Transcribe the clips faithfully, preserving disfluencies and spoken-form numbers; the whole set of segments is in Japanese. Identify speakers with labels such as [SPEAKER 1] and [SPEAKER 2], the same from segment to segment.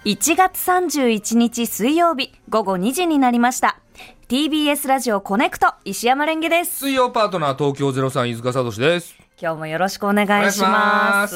[SPEAKER 1] いちがつさんじゅういちにち水曜日ごごにじになりました。 ティービーエス ラジオコネクト石山レンゲです。
[SPEAKER 2] 水曜パートナー東京ゼロさん飯塚聡です。
[SPEAKER 1] 今日もよろしくお願いします。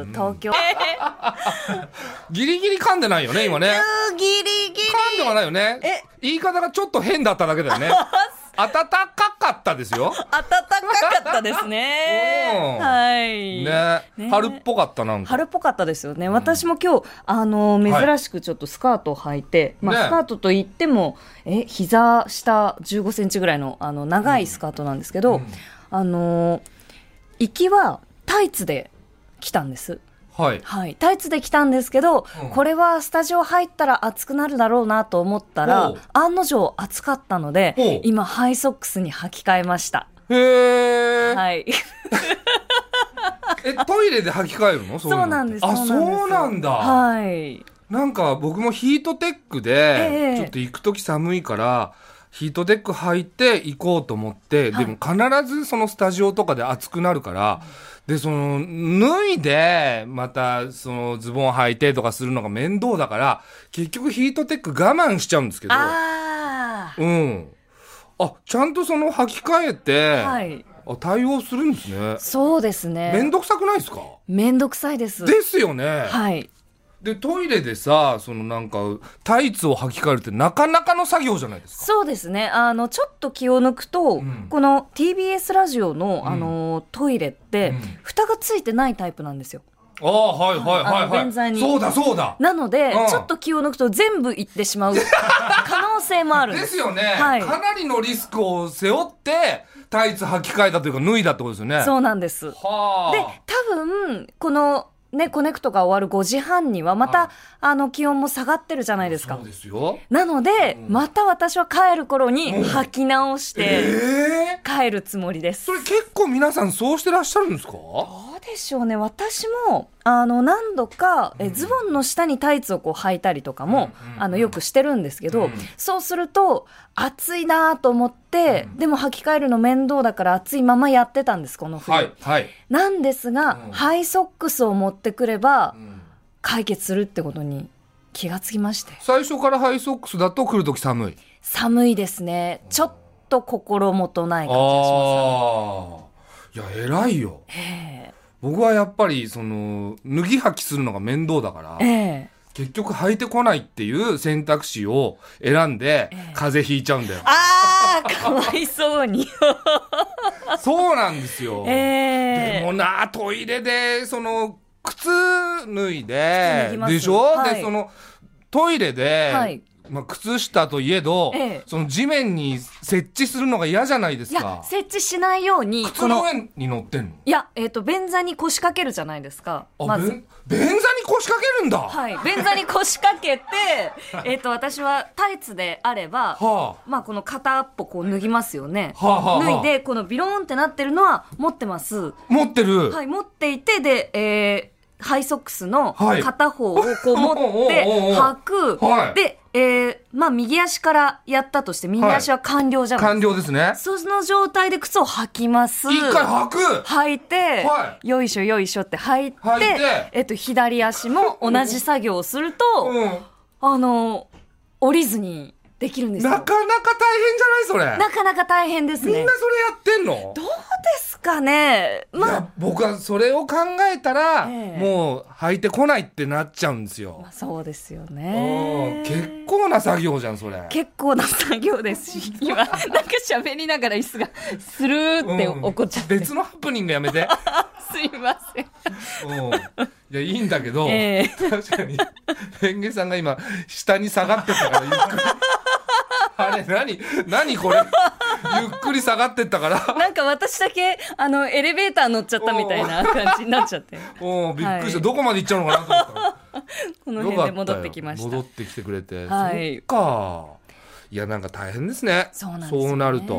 [SPEAKER 1] 東京
[SPEAKER 2] ギリギリ噛んでないよね今ね。
[SPEAKER 1] ギリギリ
[SPEAKER 2] 噛んではないよね。
[SPEAKER 1] え
[SPEAKER 2] 言い方がちょっと変だっただけだよね。暖かかったですよ。
[SPEAKER 1] 暖かかったですね。はい
[SPEAKER 2] ね、ね、春っぽかった。なんか
[SPEAKER 1] 春っぽかったですよね、うん、私も今日あの珍しくちょっとスカートを履いて、はい、まあ、スカートといっても、ね、え膝下じゅうごセンチぐらい の, あの長いスカートなんですけど、うん、あの行きはタイツで来たんです。
[SPEAKER 2] はい
[SPEAKER 1] はい、タイツで来たんですけど、うん、これはスタジオ入ったら暑くなるだろうなと思ったら案の定暑かったので今ハイソックスに履き替えました。
[SPEAKER 2] へー、
[SPEAKER 1] はい、
[SPEAKER 2] えトイレで履き替えるの？そういうの？
[SPEAKER 1] そうなんです。
[SPEAKER 2] あ、そうなんだ。
[SPEAKER 1] はい、
[SPEAKER 2] なんか僕もヒートテックで、
[SPEAKER 1] えー、
[SPEAKER 2] ちょっと行くとき寒いからヒートテック履いて行こうと思って、はい、でも必ずそのスタジオとかで暑くなるから、うん、でその脱いでまたそのズボン履いてとかするのが面倒だから結局ヒートテック我慢しちゃうんですけど、
[SPEAKER 1] あ、
[SPEAKER 2] うん、あ、ちゃんとその履き替えて、
[SPEAKER 1] はい、
[SPEAKER 2] あ、対応するんですね。
[SPEAKER 1] そうですね。
[SPEAKER 2] めんどくさくないですか？
[SPEAKER 1] めんどくさいです。
[SPEAKER 2] ですよね。
[SPEAKER 1] はい。で
[SPEAKER 2] トイレでさ、そのなんかタイツを履き替えるってなかなかの作業じゃないですか。そうですね。
[SPEAKER 1] あのちょっと気を抜くと、うん、この ティービーエス ラジオ の、あの、うん、トイレって、うん、蓋がついてないタイプなんですよ。
[SPEAKER 2] ああ、はいはいはいはい。
[SPEAKER 1] 便座に。
[SPEAKER 2] そうだそうだ。
[SPEAKER 1] なので、うん、ちょっと気を抜くと全部いってしまう可能性もあるんです。
[SPEAKER 2] ですよね、
[SPEAKER 1] はい。
[SPEAKER 2] かなりのリスクを背負ってタイツ履き替えたというか脱いだってことですよね。
[SPEAKER 1] そうなんです。はで、多分このね、コネクトが終わるごじはんにはまた、はい、あの気温も下がってるじゃないですか。
[SPEAKER 2] そうですよ。
[SPEAKER 1] なので、うん、また私は帰る頃に履き直して、
[SPEAKER 2] えー、
[SPEAKER 1] 帰るつもりです。
[SPEAKER 2] それ結構皆さんそうしてらっしゃるんですか？
[SPEAKER 1] どうでしょうね。私もあの何度かえズボンの下にタイツをこう履いたりとかも、うん、あのよくしてるんですけど、うん、そうすると暑いなと思って、うん、でも履き替えるの面倒だから暑いままやってたんです、この冬、
[SPEAKER 2] はいはい、
[SPEAKER 1] なんですが、うん、ハイソックスを持ってくれば、うん、解決するってことに気がつきまして。
[SPEAKER 2] 最初からハイソックスだと来るとき寒い
[SPEAKER 1] 寒いですね。ちょっと心もとない感じがしますね。
[SPEAKER 2] あ、いや偉いよ。
[SPEAKER 1] えー
[SPEAKER 2] 僕はやっぱりその脱ぎ履きするのが面倒だから、
[SPEAKER 1] ええ、
[SPEAKER 2] 結局履いてこないっていう選択肢を選んで、ええ、風邪ひいちゃうんだよ。
[SPEAKER 1] あー、かわいそうに
[SPEAKER 2] そうなんですよ、
[SPEAKER 1] ええ、
[SPEAKER 2] でもな、トイレでその靴脱いででしょ、
[SPEAKER 1] はい、
[SPEAKER 2] でそのトイレで、はい、まあ、靴下といえど、ええ、その地面に設置するのが嫌じゃないですか。
[SPEAKER 1] いや、設置しないように
[SPEAKER 2] 靴の上に乗ってんの？
[SPEAKER 1] いや、えーと、便座に腰掛けるじゃないですか。まず
[SPEAKER 2] 便座に腰掛けるんだ。
[SPEAKER 1] はい、便座に腰掛けてえと私はタイツであれば、はあ、まあ、この片っぽこう脱ぎますよね、はあはあ、脱いでこのビローンってなってるのは持ってます。
[SPEAKER 2] 持ってる、
[SPEAKER 1] はい、持っていて、で、えー、ハイソックスの片方をこう持って履く、はい、で、えーまあ、右足からやったとして右足は完了じゃないですか、
[SPEAKER 2] はい、完了ですね。
[SPEAKER 1] その状態で靴を履きます。
[SPEAKER 2] 一回履く、
[SPEAKER 1] 履いて、はい、よいしょよいしょって履いて、履いて、えっと、左足も同じ作業をすると、うん、あの降りずにできるんですよ。
[SPEAKER 2] なかなか大変じゃないそれ。
[SPEAKER 1] なかなか大変ですね。
[SPEAKER 2] みんなそれやってんの？
[SPEAKER 1] どうですかね、まあ、
[SPEAKER 2] いや僕はそれを考えたら、えー、もう履いてこないってなっちゃうんですよ、
[SPEAKER 1] まあ、そうですよね。
[SPEAKER 2] 結構な作業じゃんそれ。
[SPEAKER 1] 結構な作業ですし今なんか喋りながら椅子がスルーって起こっちゃって、
[SPEAKER 2] うん、別のハプニングやめて
[SPEAKER 1] すいません
[SPEAKER 2] うん、いやいいんだけど、
[SPEAKER 1] えー、
[SPEAKER 2] 確かにレンゲさんが今下に下がってたからゆっくりあれ何何これゆっくり下がってったから
[SPEAKER 1] なんか私だけあのエレベーター乗っちゃったみたいな感じになっちゃって
[SPEAKER 2] おびっくりした、はい、どこまで行っちゃうのかなと思ったら
[SPEAKER 1] この辺で戻ってきました。
[SPEAKER 2] 戻ってきてくれて、
[SPEAKER 1] はい、
[SPEAKER 2] そっか。いやなんか大変ですね。
[SPEAKER 1] そうなんですよね。
[SPEAKER 2] そうなると、うん、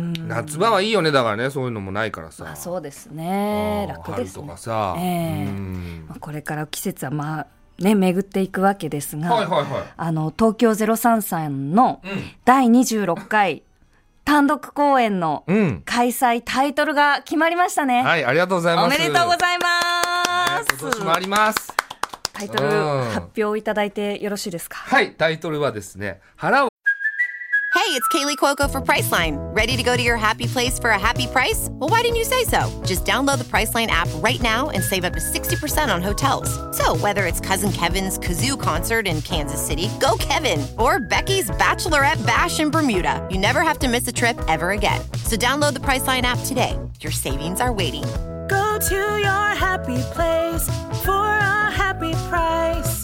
[SPEAKER 2] 夏場はいいよね。だからねそういうのもないからさ、
[SPEAKER 1] まあ、そうですね、楽ですね。
[SPEAKER 2] 春とかさ、
[SPEAKER 1] えーうんまあ、これから季節はまあね、巡っていくわけですが、
[SPEAKER 2] はいはいはい、
[SPEAKER 1] あの東京ゼロさんさんのだいにじゅうろっかい単独公演の開催タイトルが決まりましたね、
[SPEAKER 2] うん、はい、ありがとうございます。
[SPEAKER 1] おめでとうございます。
[SPEAKER 2] 今年もあります。
[SPEAKER 1] タイトル発表いただいてよろしいですか？
[SPEAKER 2] はい、タイトルはですね、腹を
[SPEAKER 3] Hey, it's Kaylee Cuoco for Priceline. Ready to go to your happy place for a happy price? Well, why didn't you say so? Just download the Priceline app right now and save up to sixty percent on hotels. So whether it's Cousin Kevin's Kazoo Concert in Kansas City, go Kevin, or Becky's Bachelorette Bash in Bermuda, you never have to miss a trip ever again. So download the Priceline app today. Your savings are waiting.
[SPEAKER 4] Go to your happy place for a happy price.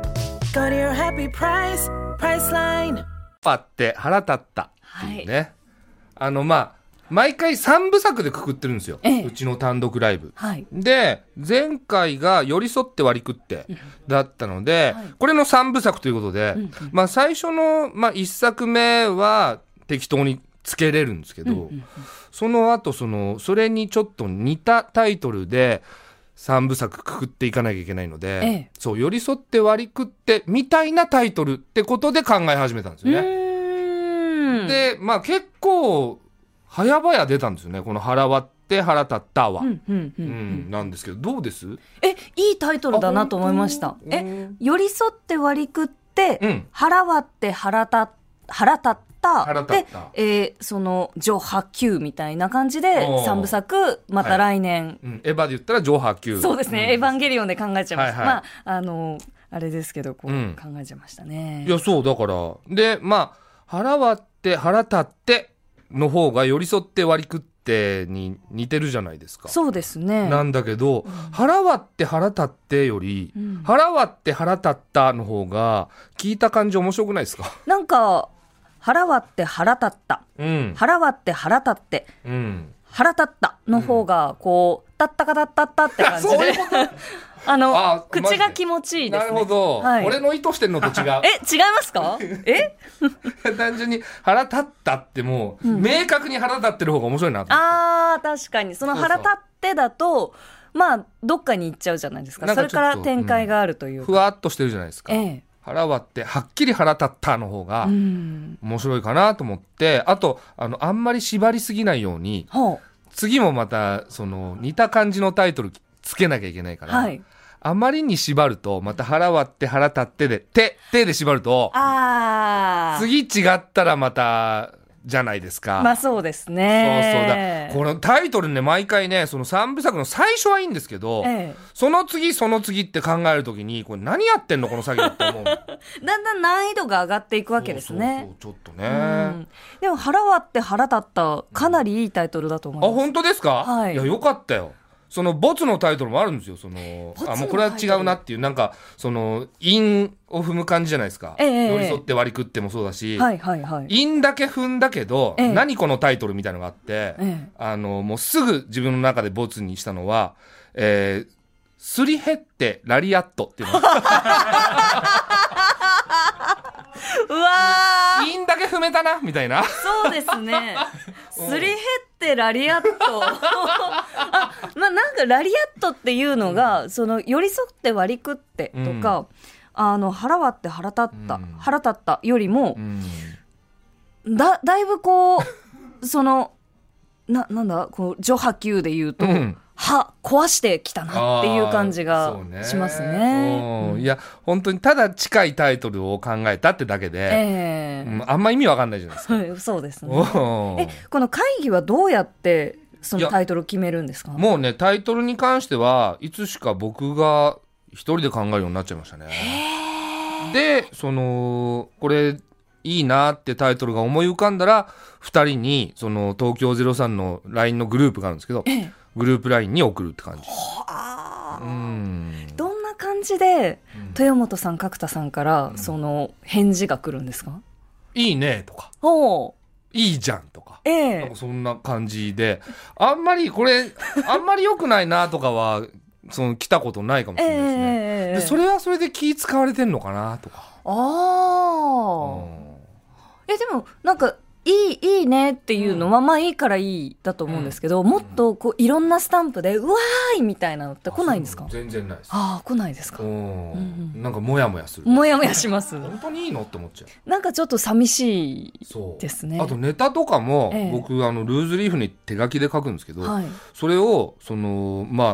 [SPEAKER 4] Go to your happy price, Priceline.
[SPEAKER 2] あって腹立ったっていうね、はい、あのまあ毎回さんぶさくでくくってるんですよ、ええ、うちの単独ライブ、はい、で前回が寄り添って割り食ってだったので、はい、これのさんぶさくということで、うんうん、まあ最初の、まあ、いっさくめは適当につけれるんですけど、うんうんうん、その後そのそれにちょっと似たタイトルでさんぶさくくくっていかなきゃいけないので、ええ、そう寄り添って割り食ってみたいなタイトルってことで考え始めたんですよね。うーんでまあ結構早々出たんですよね、この腹割って腹立ったは、うんうんうんうん、なんですけどどうです？
[SPEAKER 1] えいいタイトルだなと思いました。え寄り添って割り食って、うん、腹割って腹立腹立ったで、えー、その上波級みたいな感じでさんぶさくまた来年、はい
[SPEAKER 2] うん、エヴァで言ったら上波級
[SPEAKER 1] そうですね、うん、エヴァンゲリオンで考えちゃいました、はいはい、まああのあれですけどこう、うん、考えちゃいましたね。
[SPEAKER 2] いやそうだからでまあ腹割って腹立っての方が寄り添って割り食ってに似てるじゃないですか。
[SPEAKER 1] そうですね。
[SPEAKER 2] なんだけど、うん、腹割って腹立ってより、うん、腹割って腹立ったの方が聞いた感じ面白くないですか？
[SPEAKER 1] なんか腹割って腹立った、うん、腹割って腹立って、うん、腹立ったの方がこう、うん、たったかたったったって感じであのあ口が気持ちいいですね。
[SPEAKER 2] なるほど、はい、俺の意図してるのと違う
[SPEAKER 1] え違いますか？え
[SPEAKER 2] 単純に腹立ったってもう、うん、明確に腹立ってる方が面白いなと思って。
[SPEAKER 1] あー確かにその腹立ってだとまあどっかに行っちゃうじゃないですか。それから展開があるというか、
[SPEAKER 2] うん、ふわっとしてるじゃないですか、ええ腹割ってはっきり腹立ったの方が面白いかなと思って、あと あのあんまり縛りすぎないように次もまたその似た感じのタイトルつけなきゃいけないから、はい、あまりに縛るとまた腹割って腹立ってで手手で縛るとあ次違ったらまたじゃないですか。
[SPEAKER 1] まあそうですね。
[SPEAKER 2] そうそうだ。このタイトルね毎回ねその三部作の最初はいいんですけど、ええ、その次その次って考えるときにこれ何やってんのこの作業って思う。だ
[SPEAKER 1] んだん難易度が上がっていくわけですね。
[SPEAKER 2] そうそうそうちょっとね、うん。で
[SPEAKER 1] も腹割って腹立ったかなりいいタイトルだと思います。
[SPEAKER 2] あ本当ですか？はい。いやよかったよ。そのボツのタイトルもあるんですよ。そのあもうこれは違うなっていうなんかその韻を踏む感じじゃないですか、ええ、寄り添って割り食ってもそうだし、はいはいはい、韻だけ踏んだけど、ええ、何このタイトルみたいなのがあって、ええ、あのもうすぐ自分の中でボツにしたのは、えー、すり減ってラリアットっていうの
[SPEAKER 1] うわー
[SPEAKER 2] 韻だけ踏めたなみたいな。
[SPEAKER 1] そうですねすり減ってラリアットあ、まあ、なんかラリアットっていうのが、うん、その寄り添って割り食ってとか、うん、あの腹割って腹立った、うん、腹立ったよりも、うん、だ, だいぶこうその な, なんだこう序波級で言うと、うんは壊してきたなっていう感じがします ね,
[SPEAKER 2] ね、うん、いや本当にただ近いタイトルを考えたってだけで、えーうん、あんま意味わかんないじゃないですか
[SPEAKER 1] そうですね。えこの会議はどうやってそのタイトル決めるんですか？
[SPEAKER 2] もうねタイトルに関してはいつしか僕が一人で考えるようになっちゃいましたね。でそのこれいいなってタイトルが思い浮かんだらふたりにその東京ゼロさんの ライン のグループがあるんですけど、えーグループラインに送るって感じ。
[SPEAKER 1] はうんどんな感じで、うん、豊本さん角田さんから、うん、その返事が来るんですか？
[SPEAKER 2] いいねとかおいいじゃんとか、えー、なんかそんな感じであんまりこれあんまり良くないなとかはその来たことないかもしれないですね、えー、でそれはそれで気使われてんのかなとか。あ
[SPEAKER 1] あ、うん、えでもなんかいい、いいねっていうのは、うん、まあいいからいいだと思うんですけど、うん、もっとこういろんなスタンプでうわーいみたいなのって来ないんですか？
[SPEAKER 2] 全然ないです。
[SPEAKER 1] ああ来ないですか、うん
[SPEAKER 2] うん、なんかモヤモヤする。
[SPEAKER 1] モヤモヤします
[SPEAKER 2] 本当にいいのって思っちゃう。
[SPEAKER 1] なんかちょっと寂しいですね。
[SPEAKER 2] あとネタとかも、ええ、僕あのルーズリーフに手書きで書くんですけど、はい、それをそのまあ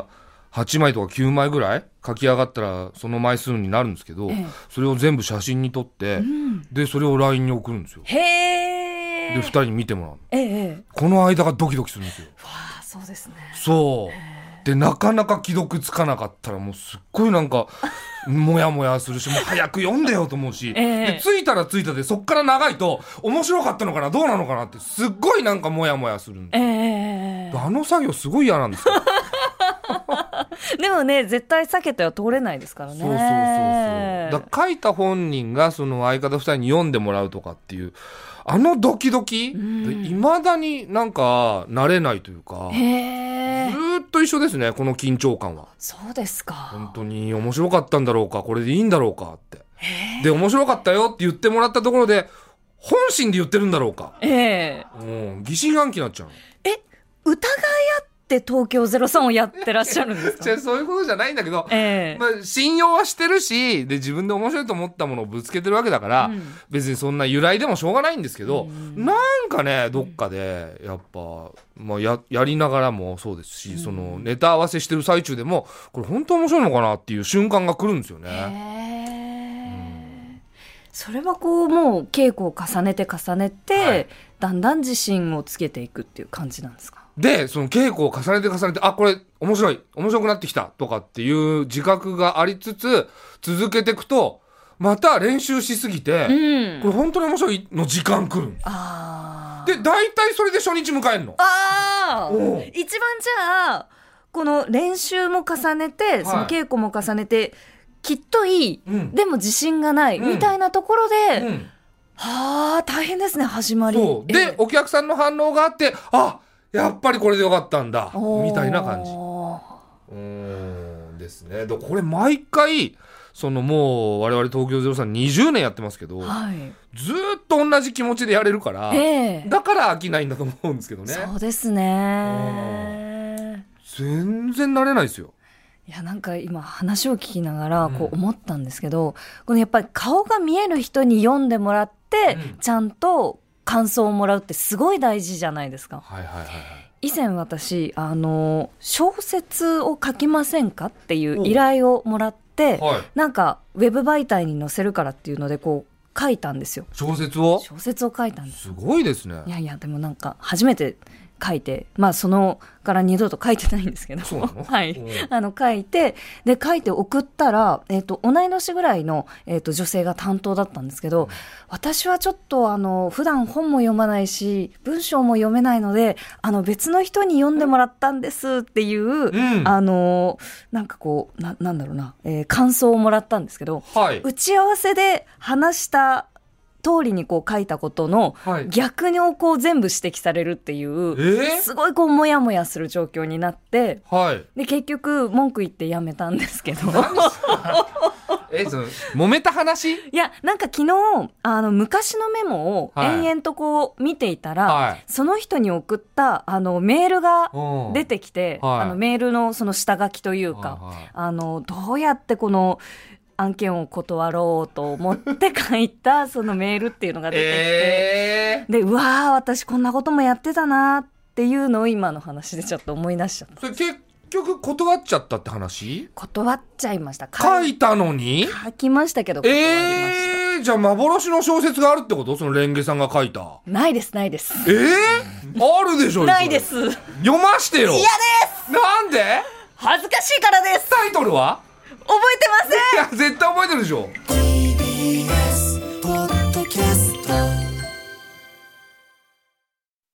[SPEAKER 2] はちまいとかきゅうまいぐらい書き上がったらその枚数になるんですけど、ええ、それを全部写真に撮って、うん、でそれを ライン に送るんですよ。
[SPEAKER 1] へー。
[SPEAKER 2] でふたりに見てもらうの、
[SPEAKER 1] ええ、
[SPEAKER 2] この間がドキドキするんですよ。
[SPEAKER 1] わあ、そうですね。
[SPEAKER 2] そうでなかなか既読つかなかったらもうすっごいなんかもやもやするし、もう早く読んでよと思うし、えー、で着いたら着いたでそっから長いと面白かったのかなどうなのかなってすっごいなんかもやもやするんですよ、えー、あの作業すごい嫌なんですよ
[SPEAKER 1] でもね絶対避けては通れないですからね。
[SPEAKER 2] そうそうそうそう。だから書いた本人がその相方ふたりに読んでもらうとかっていうあのドキドキ、いまだになんか慣れないというか、へー、ずーっと一緒ですねこの緊張感は。
[SPEAKER 1] そうですか。
[SPEAKER 2] 本当に面白かったんだろうか、これでいいんだろうかって、で面白かったよって言ってもらったところで本心で言ってるんだろうか、えー、うん、疑心暗鬼になっちゃう。
[SPEAKER 1] え、疑い合って東京ゼロさんをやってらっしゃるんですか？
[SPEAKER 2] じゃそういうことじゃないんだけど、えーまあ、信用はしてるしで自分で面白いと思ったものをぶつけてるわけだから、うん、別にそんな由来でもしょうがないんですけど、うん、なんかねどっかでやっぱ、まあ、や, やりながらもそうですし、うん、そのネタ合わせしてる最中でもこれ本当面白いのかなっていう瞬間が来るんですよね。
[SPEAKER 1] へー、うん、それはこうもう稽古を重ねて重ねて、はい、だんだん自信をつけていくっていう感じなんですか？
[SPEAKER 2] でその稽古を重ねて重ねてあこれ面白い面白くなってきたとかっていう自覚がありつつ続けていくとまた練習しすぎて、うん、これ本当に面白いの時間来るんです。あで大体それで初日迎えるの。
[SPEAKER 1] あ一番じゃあこの練習も重ねて、はい、その稽古も重ねてきっといい、うん、でも自信がない、うん、みたいなところで、うん、はあ大変ですね始まり。
[SPEAKER 2] そうでお客さんの反応があってあやっぱりこれでよかったんだみたいな感じ。うーんですね。でこれ毎回そのもう我々東京ゼロさんにじゅうねんやってますけど、はい、ずっと同じ気持ちでやれるから、えー、だから飽きないんだと思うんですけどね。
[SPEAKER 1] そうですね。
[SPEAKER 2] 全然慣れないですよ。
[SPEAKER 1] いやなんか今話を聞きながらこう思ったんですけど、うん、このやっぱり顔が見える人に読んでもらって、うん、ちゃんと感想をもらうってすごい大事じゃないですか。はいはいはいはい、以前私あの小説を書きませんかっていう依頼をもらって、はい、なんかウェブ媒体に載せるからっていうのでこう書いたんですよ。
[SPEAKER 2] 小説を
[SPEAKER 1] 小説を書いたんです。
[SPEAKER 2] すごいですね。
[SPEAKER 1] いやいやでもなんか初めて書いて、まあそのから二度と書いてないんですけど、そうなのはい、あの書いてで書いて送ったら、えー、と同い年ぐらいの、えー、と女性が担当だったんですけど、うん、私はちょっとあの普段本も読まないし文章も読めないのであの別の人に読んでもらったんですっていう、うん、あのなんかこう な, なんだろうな、えー、感想をもらったんですけど、はい、打ち合わせで話した通りにこう書いたことの逆にこう全部指摘されるっていう、はい、すごいこうモヤモヤする状況になって、はい、で結局文句言ってやめたんですけど
[SPEAKER 2] えその揉めた話？
[SPEAKER 1] いやなんか昨日あの昔のメモを延々とこう見ていたら、はい、その人に送ったあのメールが出てきて、はい、あのメールのその下書きというか、はいはい、あのどうやってこの案件を断ろうと思って書いたそのメールっていうのが出てきて、えー、でうわー私こんなこともやってたなっていうのを今の話でちょっと思い出しちゃった。
[SPEAKER 2] それ結局断っちゃったって話？
[SPEAKER 1] 断っちゃいました。
[SPEAKER 2] 書いたのに
[SPEAKER 1] 書きましたけど断りました。
[SPEAKER 2] えー、じゃあ幻の小説があるってこと？そのレンゲさんが書いた。
[SPEAKER 1] ないですないです。
[SPEAKER 2] えー、あるでしょ。
[SPEAKER 1] ないです。
[SPEAKER 2] 読ましてよ。
[SPEAKER 1] 嫌です。
[SPEAKER 2] なんで？
[SPEAKER 1] 恥ずかしいからです。
[SPEAKER 2] タイトルは？
[SPEAKER 1] 覚えてません。
[SPEAKER 2] いや絶対覚えてるでしょ。